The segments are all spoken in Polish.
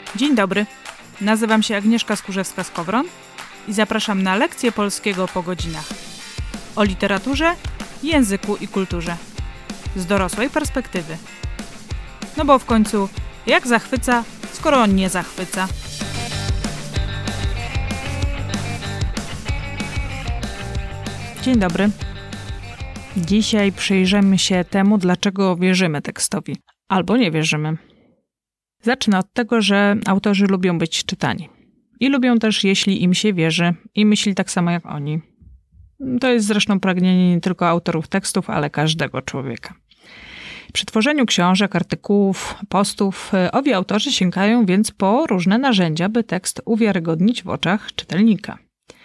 Dzień dobry, nazywam się Agnieszka Skurzewska-Skowron i zapraszam na lekcję polskiego po godzinach. O literaturze, języku i kulturze. Z dorosłej perspektywy. No bo w końcu, jak zachwyca, skoro on nie zachwyca? Dzień dobry. Dzisiaj przyjrzymy się temu, dlaczego wierzymy tekstowi. Albo nie wierzymy. Zacznę od tego, że autorzy lubią być czytani. I lubią też, jeśli im się wierzy i myśli tak samo jak oni. To jest zresztą pragnienie nie tylko autorów tekstów, ale każdego człowieka. Przy tworzeniu książek, artykułów, postów owi autorzy sięgają więc po różne narzędzia, by tekst uwiarygodnić w oczach czytelnika.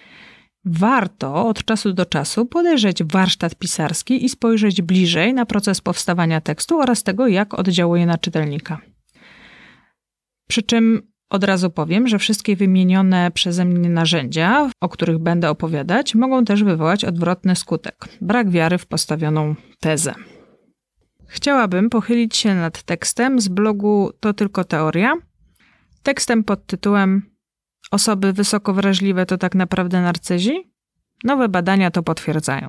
Warto od czasu do czasu podejrzeć warsztat pisarski i spojrzeć bliżej na proces powstawania tekstu oraz tego, jak oddziałuje na czytelnika. Przy czym od razu powiem, że wszystkie wymienione przeze mnie narzędzia, o których będę opowiadać, mogą też wywołać odwrotny skutek. Brak wiary w postawioną tezę. Chciałabym pochylić się nad tekstem z blogu To Tylko Teoria. Tekstem pod tytułem Osoby wysoko wrażliwe to tak naprawdę narcyzi? Nowe badania to potwierdzają.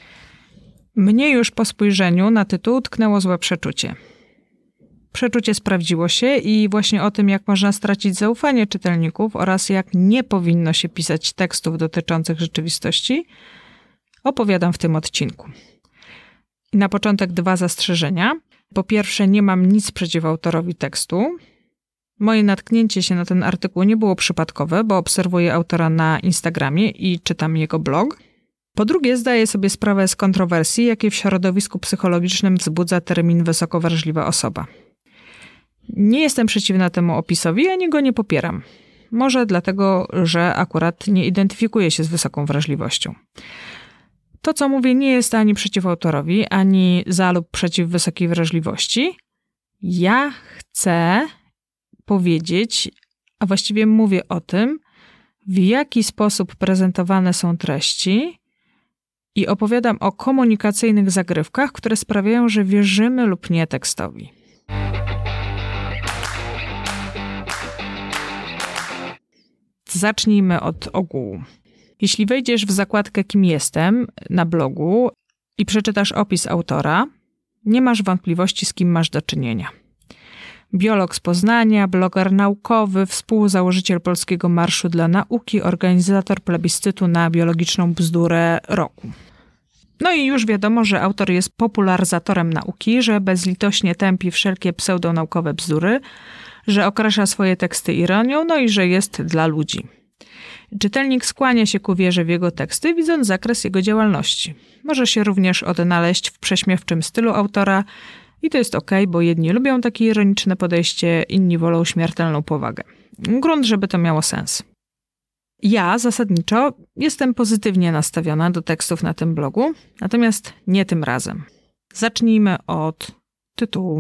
Mnie już po spojrzeniu na tytuł tknęło złe przeczucie. Przeczucie sprawdziło się i właśnie o tym, jak można stracić zaufanie czytelników oraz jak nie powinno się pisać tekstów dotyczących rzeczywistości, opowiadam w tym odcinku. I na początek 2 zastrzeżenia. Po pierwsze, nie mam nic przeciw autorowi tekstu. Moje natknięcie się na ten artykuł nie było przypadkowe, bo obserwuję autora na Instagramie i czytam jego blog. Po drugie, zdaję sobie sprawę z kontrowersji, jakie w środowisku psychologicznym wzbudza termin wysoko wrażliwa osoba. Nie jestem przeciwna temu opisowi, ani go nie popieram. Może dlatego, że akurat nie identyfikuję się z wysoką wrażliwością. To, co mówię, nie jest ani przeciw autorowi, ani za lub przeciw wysokiej wrażliwości. Ja chcę powiedzieć, a właściwie mówię o tym, w jaki sposób prezentowane są treści i opowiadam o komunikacyjnych zagrywkach, które sprawiają, że wierzymy lub nie tekstowi. Zacznijmy od ogółu. Jeśli wejdziesz w zakładkę Kim jestem na blogu i przeczytasz opis autora, nie masz wątpliwości, z kim masz do czynienia. Biolog z Poznania, bloger naukowy, współzałożyciel Polskiego Marszu dla Nauki, organizator plebiscytu na biologiczną bzdurę roku. No i już wiadomo, że autor jest popularyzatorem nauki, że bezlitośnie tępi wszelkie pseudonaukowe bzdury, że okrasza swoje teksty ironią, no i że jest dla ludzi. Czytelnik skłania się ku wierze w jego teksty, widząc zakres jego działalności. Może się również odnaleźć w prześmiewczym stylu autora i to jest okej, bo jedni lubią takie ironiczne podejście, inni wolą śmiertelną powagę. Grunt, żeby to miało sens. Ja zasadniczo jestem pozytywnie nastawiona do tekstów na tym blogu, natomiast nie tym razem. Zacznijmy od tytułu.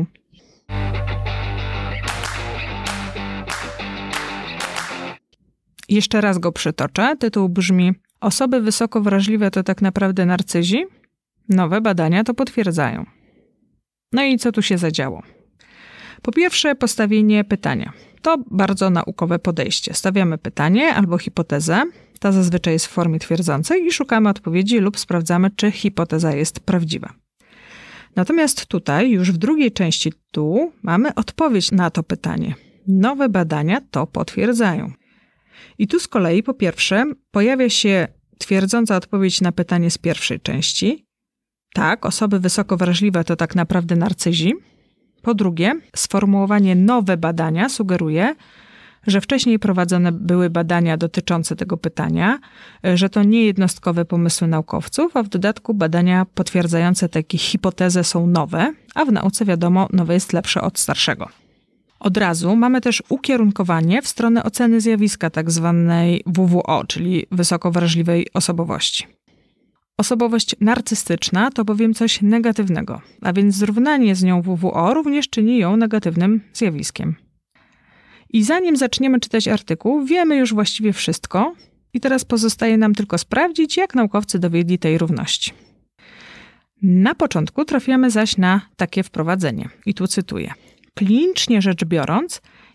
Jeszcze raz go przytoczę. Tytuł brzmi: Osoby wysoko wrażliwe to tak naprawdę narcyzi? Nowe badania to potwierdzają. No i co tu się zadziało? Po pierwsze, postawienie pytania. To bardzo naukowe podejście. Stawiamy pytanie albo hipotezę. Ta zazwyczaj jest w formie twierdzącej i szukamy odpowiedzi lub sprawdzamy, czy hipoteza jest prawdziwa. Natomiast tutaj, już w drugiej części tytułu, mamy odpowiedź na to pytanie. Nowe badania to potwierdzają. I tu z kolei po pierwsze pojawia się twierdząca odpowiedź na pytanie z pierwszej części. Tak, osoby wysoko wrażliwe to tak naprawdę narcyzi. Po drugie, sformułowanie nowe badania sugeruje, że wcześniej prowadzone były badania dotyczące tego pytania, że to nie jednostkowe pomysły naukowców, a w dodatku badania potwierdzające takie hipotezę są nowe, a w nauce wiadomo, nowe jest lepsze od starszego. Od razu mamy też ukierunkowanie w stronę oceny zjawiska tak zwanej WWO, czyli wysoko wrażliwej osobowości. Osobowość narcystyczna to bowiem coś negatywnego, a więc zrównanie z nią WWO również czyni ją negatywnym zjawiskiem. I zanim zaczniemy czytać artykuł, wiemy już właściwie wszystko i teraz pozostaje nam tylko sprawdzić, jak naukowcy dowiedli tej równości. Na początku trafiamy zaś na takie wprowadzenie. I tu cytuję. Klinicznie rzecz biorąc,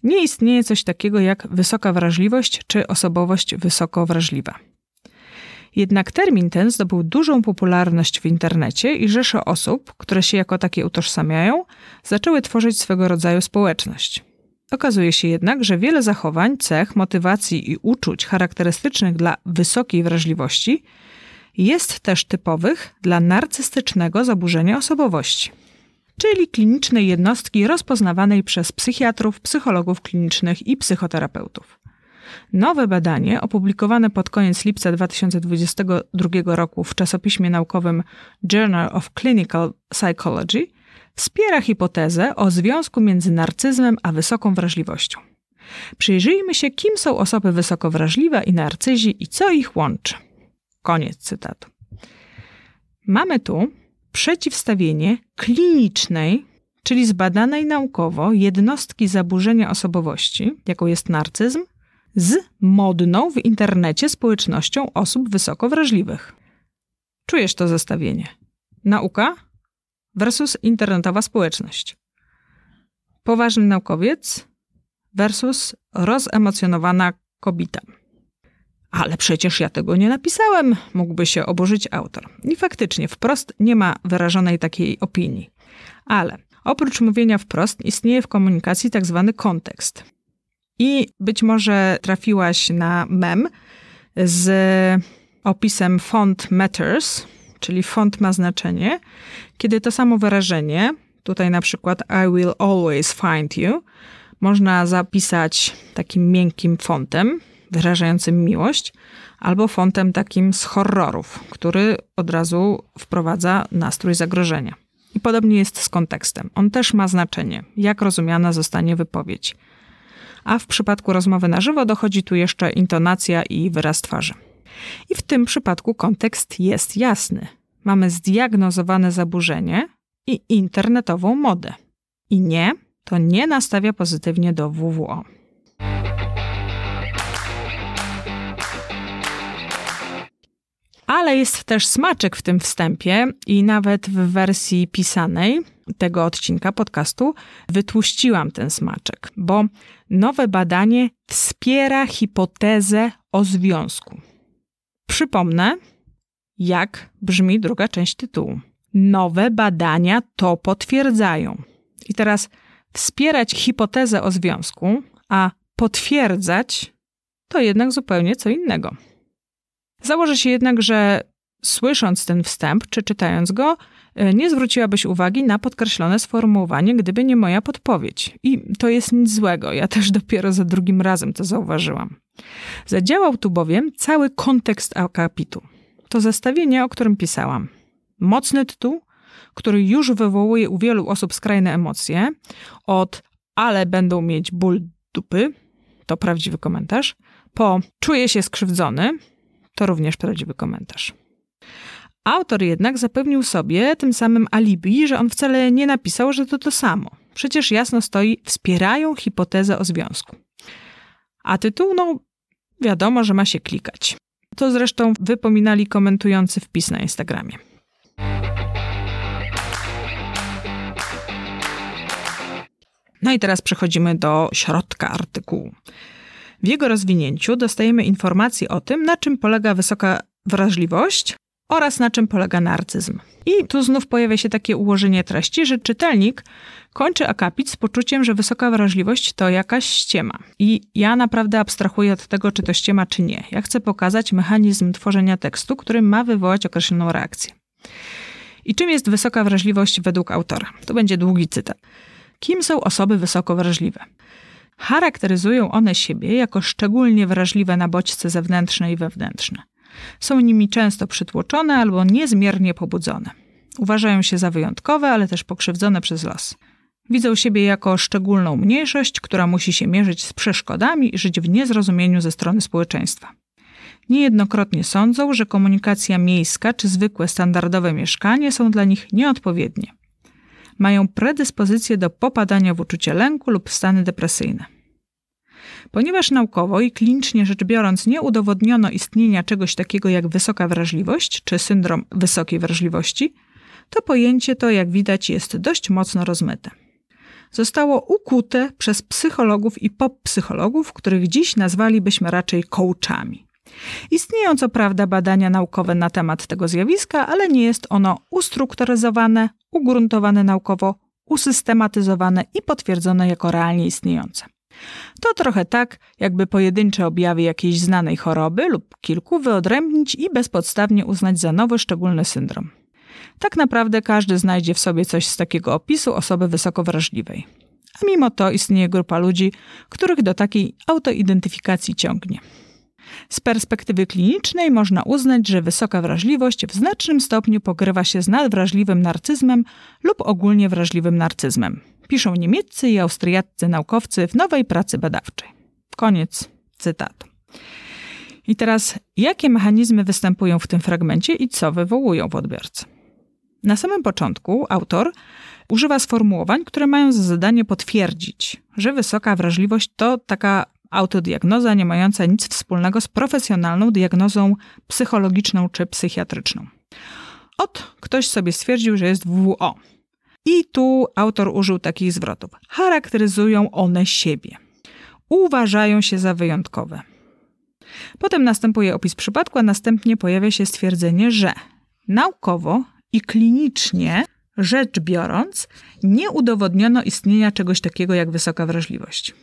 Nie istnieje coś takiego jak wysoka wrażliwość czy osobowość wysoko wrażliwa. Jednak termin ten zdobył dużą popularność w internecie i rzesze osób, które się jako takie utożsamiają, zaczęły tworzyć swego rodzaju społeczność. Okazuje się jednak, że wiele zachowań, cech, motywacji i uczuć charakterystycznych dla wysokiej wrażliwości jest też typowych dla narcystycznego zaburzenia osobowości, czyli klinicznej jednostki rozpoznawanej przez psychiatrów, psychologów klinicznych i psychoterapeutów. Nowe badanie, opublikowane pod koniec lipca 2022 roku w czasopiśmie naukowym Journal of Clinical Psychology, wspiera hipotezę o związku między narcyzmem a wysoką wrażliwością. Przyjrzyjmy się, kim są osoby wysoko wrażliwe i narcyzi i co ich łączy. Koniec cytatu. Mamy tu przeciwstawienie klinicznej, czyli zbadanej naukowo jednostki zaburzenia osobowości, jaką jest narcyzm, z modną w internecie społecznością osób wysoko wrażliwych. Czujesz to zestawienie? Nauka versus internetowa społeczność. Poważny naukowiec versus rozemocjonowana kobieta. Ale przecież ja tego nie napisałem, mógłby się oburzyć autor. I faktycznie wprost nie ma wyrażonej takiej opinii. Ale oprócz mówienia wprost istnieje w komunikacji tak zwany kontekst. I być może trafiłaś na mem z opisem font matters, czyli font ma znaczenie, kiedy to samo wyrażenie, tutaj na przykład I will always find you, można zapisać takim miękkim fontem, wyrażającym miłość, albo fontem takim z horrorów, który od razu wprowadza nastrój zagrożenia. I podobnie jest z kontekstem. On też ma znaczenie, jak rozumiana zostanie wypowiedź. A w przypadku rozmowy na żywo dochodzi tu jeszcze intonacja i wyraz twarzy. I w tym przypadku kontekst jest jasny. Mamy zdiagnozowane zaburzenie i internetową modę. I nie, to nie nastawia pozytywnie do WWO. Ale jest też smaczek w tym wstępie i nawet w wersji pisanej tego odcinka podcastu wytłuściłam ten smaczek, bo nowe badanie wspiera hipotezę o związku. Przypomnę, jak brzmi druga część tytułu. Nowe badania to potwierdzają. I teraz wspierać hipotezę o związku, a potwierdzać to jednak zupełnie co innego. Założę się jednak, że słysząc ten wstęp, czy czytając go, nie zwróciłabyś uwagi na podkreślone sformułowanie, gdyby nie moja podpowiedź. I to jest nic złego, ja też dopiero za drugim razem to zauważyłam. Zadziałał tu bowiem cały kontekst akapitu. To zestawienie, o którym pisałam. Mocny tytuł, który już wywołuje u wielu osób skrajne emocje, od ale będą mieć ból dupy, to prawdziwy komentarz, po czuję się skrzywdzony, to również prawdziwy komentarz. Autor jednak zapewnił sobie tym samym alibi, że on wcale nie napisał, że to samo. Przecież jasno stoi, wspierają hipotezę o związku. A tytuł, wiadomo, że ma się klikać. To zresztą wypominali komentujący wpis na Instagramie. No i teraz przechodzimy do środka artykułu. W jego rozwinięciu dostajemy informacje o tym, na czym polega wysoka wrażliwość oraz na czym polega narcyzm. I tu znów pojawia się takie ułożenie treści, że czytelnik kończy akapit z poczuciem, że wysoka wrażliwość to jakaś ściema. I ja naprawdę abstrahuję od tego, czy to ściema, czy nie. Ja chcę pokazać mechanizm tworzenia tekstu, który ma wywołać określoną reakcję. I czym jest wysoka wrażliwość według autora? To będzie długi cytat. Kim są osoby wysoko wrażliwe? Charakteryzują one siebie jako szczególnie wrażliwe na bodźce zewnętrzne i wewnętrzne. Są nimi często przytłoczone albo niezmiernie pobudzone. Uważają się za wyjątkowe, ale też pokrzywdzone przez los. Widzą siebie jako szczególną mniejszość, która musi się mierzyć z przeszkodami i żyć w niezrozumieniu ze strony społeczeństwa. Niejednokrotnie sądzą, że komunikacja miejska czy zwykłe standardowe mieszkanie są dla nich nieodpowiednie. Mają predyspozycję do popadania w uczucie lęku lub w stany depresyjne. Ponieważ naukowo i klinicznie rzecz biorąc nie udowodniono istnienia czegoś takiego jak wysoka wrażliwość czy syndrom wysokiej wrażliwości, to pojęcie to, jak widać, jest dość mocno rozmyte. zostało ukute przez psychologów i poppsychologów, których dziś nazwalibyśmy raczej coachami. Istnieją co prawda badania naukowe na temat tego zjawiska, ale nie jest ono ustrukturyzowane, ugruntowane naukowo, usystematyzowane i potwierdzone jako realnie istniejące. To trochę tak, jakby pojedyncze objawy jakiejś znanej choroby lub kilku wyodrębnić i bezpodstawnie uznać za nowy, szczególny syndrom. Tak naprawdę każdy znajdzie w sobie coś z takiego opisu osoby wysoko wrażliwej. A mimo to istnieje grupa ludzi, których do takiej autoidentyfikacji ciągnie. Z perspektywy klinicznej można uznać, że wysoka wrażliwość w znacznym stopniu pokrywa się z nadwrażliwym narcyzmem lub ogólnie wrażliwym narcyzmem. Piszą niemieccy i austriaccy naukowcy w nowej pracy badawczej. Koniec cytatu. I teraz, jakie mechanizmy występują w tym fragmencie i co wywołują w odbiorcy? Na samym początku autor używa sformułowań, które mają za zadanie potwierdzić, że wysoka wrażliwość to taka autodiagnoza nie mająca nic wspólnego z profesjonalną diagnozą psychologiczną czy psychiatryczną. Ktoś sobie stwierdził, że jest WWO. I tu autor użył takich zwrotów. Charakteryzują one siebie. Uważają się za wyjątkowe. Potem następuje opis przypadku, a następnie pojawia się stwierdzenie, że naukowo i klinicznie rzecz biorąc nie udowodniono istnienia czegoś takiego jak wysoka wrażliwość.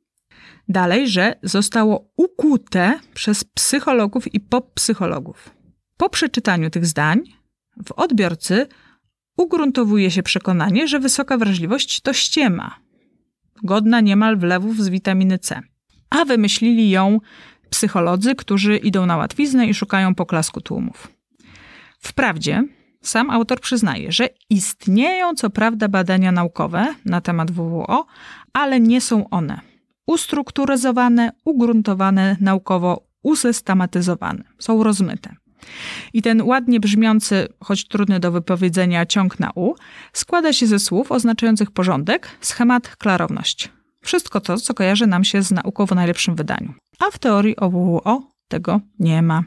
Dalej, że zostało ukute przez psychologów i poppsychologów. Po przeczytaniu tych zdań w odbiorcy ugruntowuje się przekonanie, że wysoka wrażliwość to ściema, godna niemal wlewów z witaminy C. A wymyślili ją psycholodzy, którzy idą na łatwiznę i szukają poklasku tłumów. Wprawdzie sam autor przyznaje, że istnieją co prawda badania naukowe na temat WWO, ale nie są one ustrukturyzowane, ugruntowane, naukowo usystematyzowane. Są rozmyte. I ten ładnie brzmiący, choć trudny do wypowiedzenia ciąg na U, składa się ze słów oznaczających porządek, schemat, klarowność. Wszystko to, co kojarzy nam się z nauką w najlepszym wydaniu. A w teorii o WWO tego nie ma.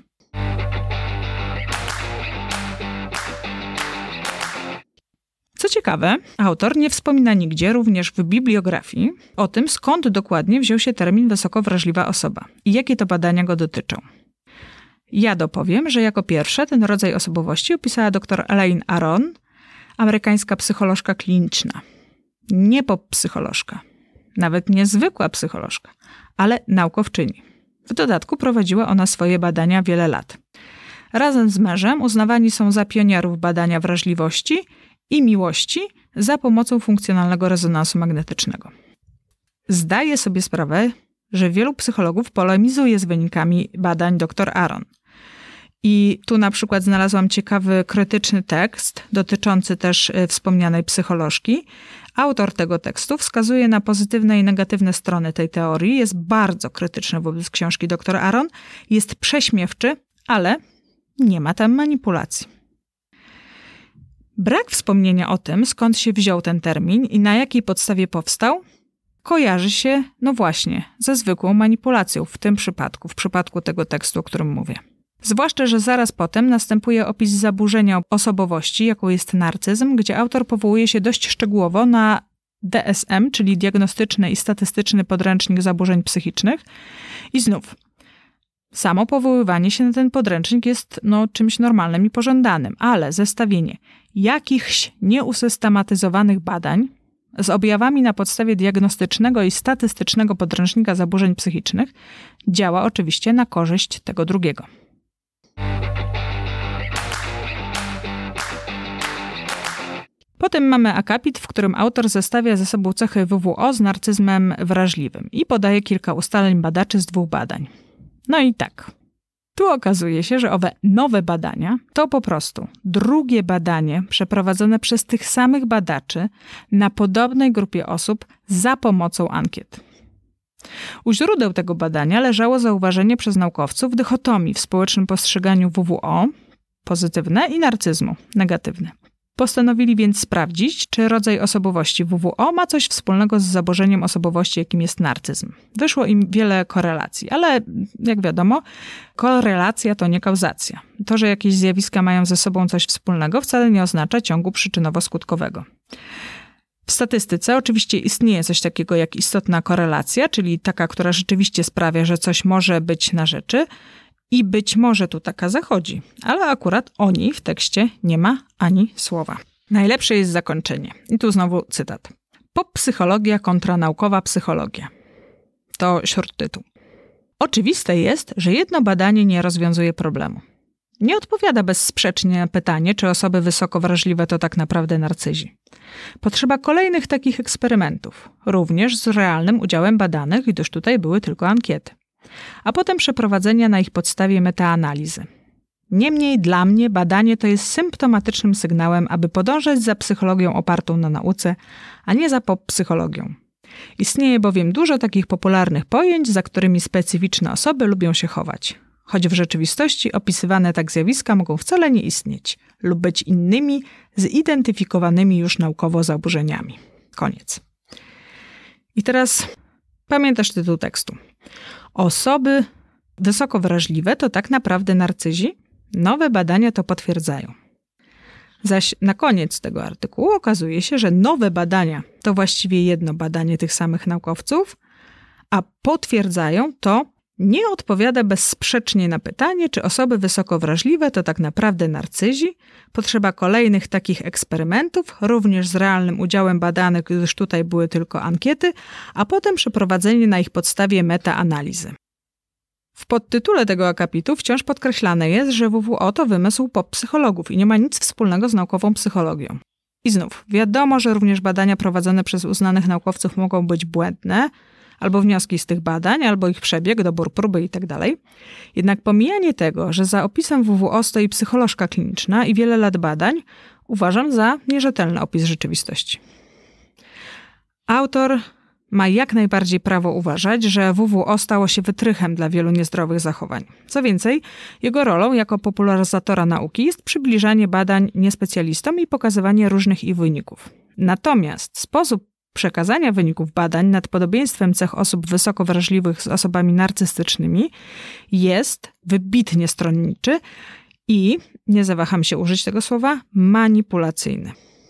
Co ciekawe, autor nie wspomina nigdzie, również w bibliografii, o tym, skąd dokładnie wziął się termin wysoko wrażliwa osoba i jakie to badania go dotyczą. Ja dopowiem, że jako pierwsza ten rodzaj osobowości opisała dr Elaine Aron, amerykańska psycholożka kliniczna. Nie poppsycholożka, nawet nie zwykła psycholożka, ale naukowczyni. W dodatku prowadziła ona swoje badania wiele lat. Razem z mężem uznawani są za pionierów badania wrażliwości i miłości za pomocą funkcjonalnego rezonansu magnetycznego. Zdaję sobie sprawę, że wielu psychologów polemizuje z wynikami badań dr Aron. I tu na przykład znalazłam ciekawy, krytyczny tekst dotyczący też wspomnianej psycholożki. Autor tego tekstu wskazuje na pozytywne i negatywne strony tej teorii. Jest bardzo krytyczny wobec książki dr Aron. Jest prześmiewczy, ale nie ma tam manipulacji. Brak wspomnienia o tym, skąd się wziął ten termin i na jakiej podstawie powstał, kojarzy się, no właśnie, ze zwykłą manipulacją w tym przypadku, w przypadku tego tekstu, o którym mówię. Zwłaszcza, że zaraz potem następuje opis zaburzenia osobowości, jaką jest narcyzm, gdzie autor powołuje się dość szczegółowo na DSM, czyli Diagnostyczny i Statystyczny Podręcznik Zaburzeń Psychicznych. I znów, samo powoływanie się na ten podręcznik jest czymś normalnym i pożądanym, ale zestawienie jakichś nieusystematyzowanych badań z objawami na podstawie diagnostycznego i statystycznego podręcznika zaburzeń psychicznych działa oczywiście na korzyść tego drugiego. Potem mamy akapit, w którym autor zestawia ze sobą cechy WWO z narcyzmem wrażliwym i podaje kilka ustaleń badaczy z 2 badań. No i tak. Tu okazuje się, że owe nowe badania to po prostu drugie badanie przeprowadzone przez tych samych badaczy na podobnej grupie osób za pomocą ankiet. U źródeł tego badania leżało zauważenie przez naukowców dychotomii w społecznym postrzeganiu WWO, pozytywne, i narcyzmu, negatywne. Postanowili więc sprawdzić, czy rodzaj osobowości WWO ma coś wspólnego z zaburzeniem osobowości, jakim jest narcyzm. Wyszło im wiele korelacji, ale jak wiadomo, korelacja to nie kauzacja. To, że jakieś zjawiska mają ze sobą coś wspólnego, wcale nie oznacza ciągu przyczynowo-skutkowego. W statystyce oczywiście istnieje coś takiego jak istotna korelacja, czyli taka, która rzeczywiście sprawia, że coś może być na rzeczy i być może tu taka zachodzi, ale akurat o niej w tekście nie ma ani słowa. Najlepsze jest zakończenie. I tu znowu cytat. Poppsychologia kontra naukowa psychologia. To śródtytuł. Oczywiste jest, że jedno badanie nie rozwiązuje problemu. Nie odpowiada bezsprzecznie na pytanie, czy osoby wysoko wrażliwe to tak naprawdę narcyzi. Potrzeba kolejnych takich eksperymentów, również z realnym udziałem badanych, gdyż tutaj były tylko ankiety. A potem przeprowadzenia na ich podstawie metaanalizy. Niemniej dla mnie badanie to jest symptomatycznym sygnałem, aby podążać za psychologią opartą na nauce, a nie za poppsychologią. Istnieje bowiem dużo takich popularnych pojęć, za którymi specyficzne osoby lubią się chować. Choć w rzeczywistości opisywane tak zjawiska mogą wcale nie istnieć lub być innymi, zidentyfikowanymi już naukowo zaburzeniami. Koniec. I teraz pamiętasz tytuł tekstu. Osoby wysoko wrażliwe to tak naprawdę narcyzi? Nowe badania to potwierdzają. Zaś na koniec tego artykułu okazuje się, że nowe badania to właściwie jedno badanie tych samych naukowców, a potwierdzają to nie odpowiada bezsprzecznie na pytanie, czy osoby wysoko wrażliwe to tak naprawdę narcyzi. Potrzeba kolejnych takich eksperymentów, również z realnym udziałem badanych, gdyż tutaj były tylko ankiety, a potem przeprowadzenie na ich podstawie metaanalizy. W podtytule tego akapitu wciąż podkreślane jest, że WWO to wymysł poppsychologów i nie ma nic wspólnego z naukową psychologią. I znów, wiadomo, że również badania prowadzone przez uznanych naukowców mogą być błędne, albo wnioski z tych badań, albo ich przebieg, dobór próby itd. Jednak pomijanie tego, że za opisem WWO stoi psycholożka kliniczna i wiele lat badań, uważam za nierzetelny opis rzeczywistości. Autor ma jak najbardziej prawo uważać, że WWO stało się wytrychem dla wielu niezdrowych zachowań. Co więcej, jego rolą jako popularyzatora nauki jest przybliżanie badań niespecjalistom i pokazywanie różnych ich wyników. Natomiast sposób przekazania wyników badań nad podobieństwem cech osób wysoko wrażliwych z osobami narcystycznymi jest wybitnie stronniczy i, nie zawaham się użyć tego słowa, manipulacyjny.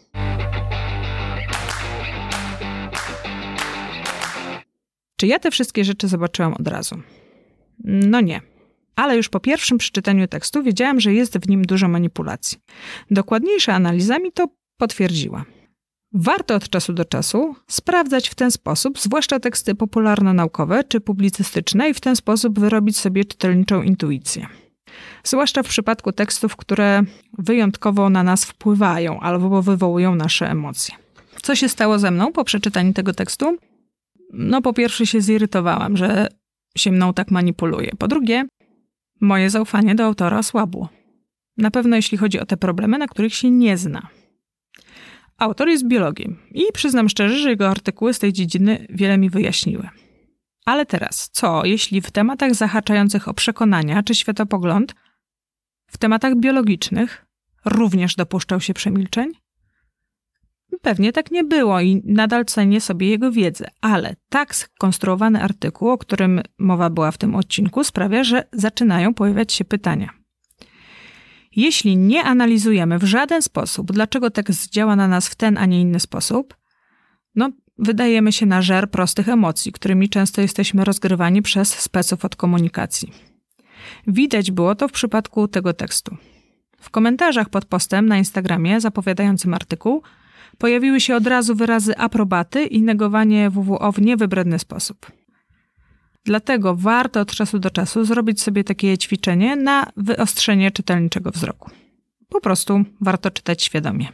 Czy ja te wszystkie rzeczy zobaczyłam od razu? No nie. Ale już po pierwszym przeczytaniu tekstu wiedziałam, że jest w nim dużo manipulacji. Dokładniejsza analiza mi to potwierdziła. Warto od czasu do czasu sprawdzać w ten sposób, zwłaszcza teksty popularno-naukowe czy publicystyczne i w ten sposób wyrobić sobie czytelniczą intuicję. Zwłaszcza w przypadku tekstów, które wyjątkowo na nas wpływają albo wywołują nasze emocje. Co się stało ze mną po przeczytaniu tego tekstu? No po pierwsze się zirytowałam, że się mną tak manipuluje. Po drugie, moje zaufanie do autora osłabło. Na pewno jeśli chodzi o te problemy, na których się nie zna. Autor jest biologiem i przyznam szczerze, że jego artykuły z tej dziedziny wiele mi wyjaśniły. Ale teraz, co jeśli w tematach zahaczających o przekonania czy światopogląd, w tematach biologicznych również dopuszczał się przemilczeń? Pewnie tak nie było i nadal cenię sobie jego wiedzę, ale tak skonstruowany artykuł, o którym mowa była w tym odcinku, sprawia, że zaczynają pojawiać się pytania. Jeśli nie analizujemy w żaden sposób, dlaczego tekst działa na nas w ten, a nie inny sposób, wydajemy się na żer prostych emocji, którymi często jesteśmy rozgrywani przez speców od komunikacji. Widać było to w przypadku tego tekstu. W komentarzach pod postem na Instagramie zapowiadającym artykuł pojawiły się od razu wyrazy aprobaty i negowanie WWO w niewybredny sposób. Dlatego warto od czasu do czasu zrobić sobie takie ćwiczenie na wyostrzenie czytelniczego wzroku. Po prostu warto czytać świadomie.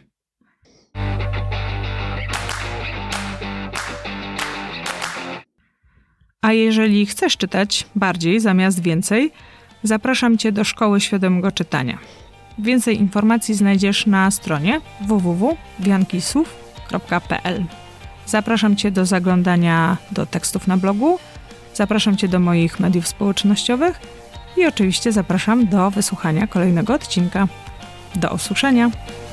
A jeżeli chcesz czytać bardziej zamiast więcej, zapraszam Cię do Szkoły Świadomego Czytania. Więcej informacji znajdziesz na stronie www.wiankisów.pl. Zapraszam Cię do zaglądania do tekstów na blogu, zapraszam Cię do moich mediów społecznościowych i oczywiście zapraszam do wysłuchania kolejnego odcinka. Do usłyszenia!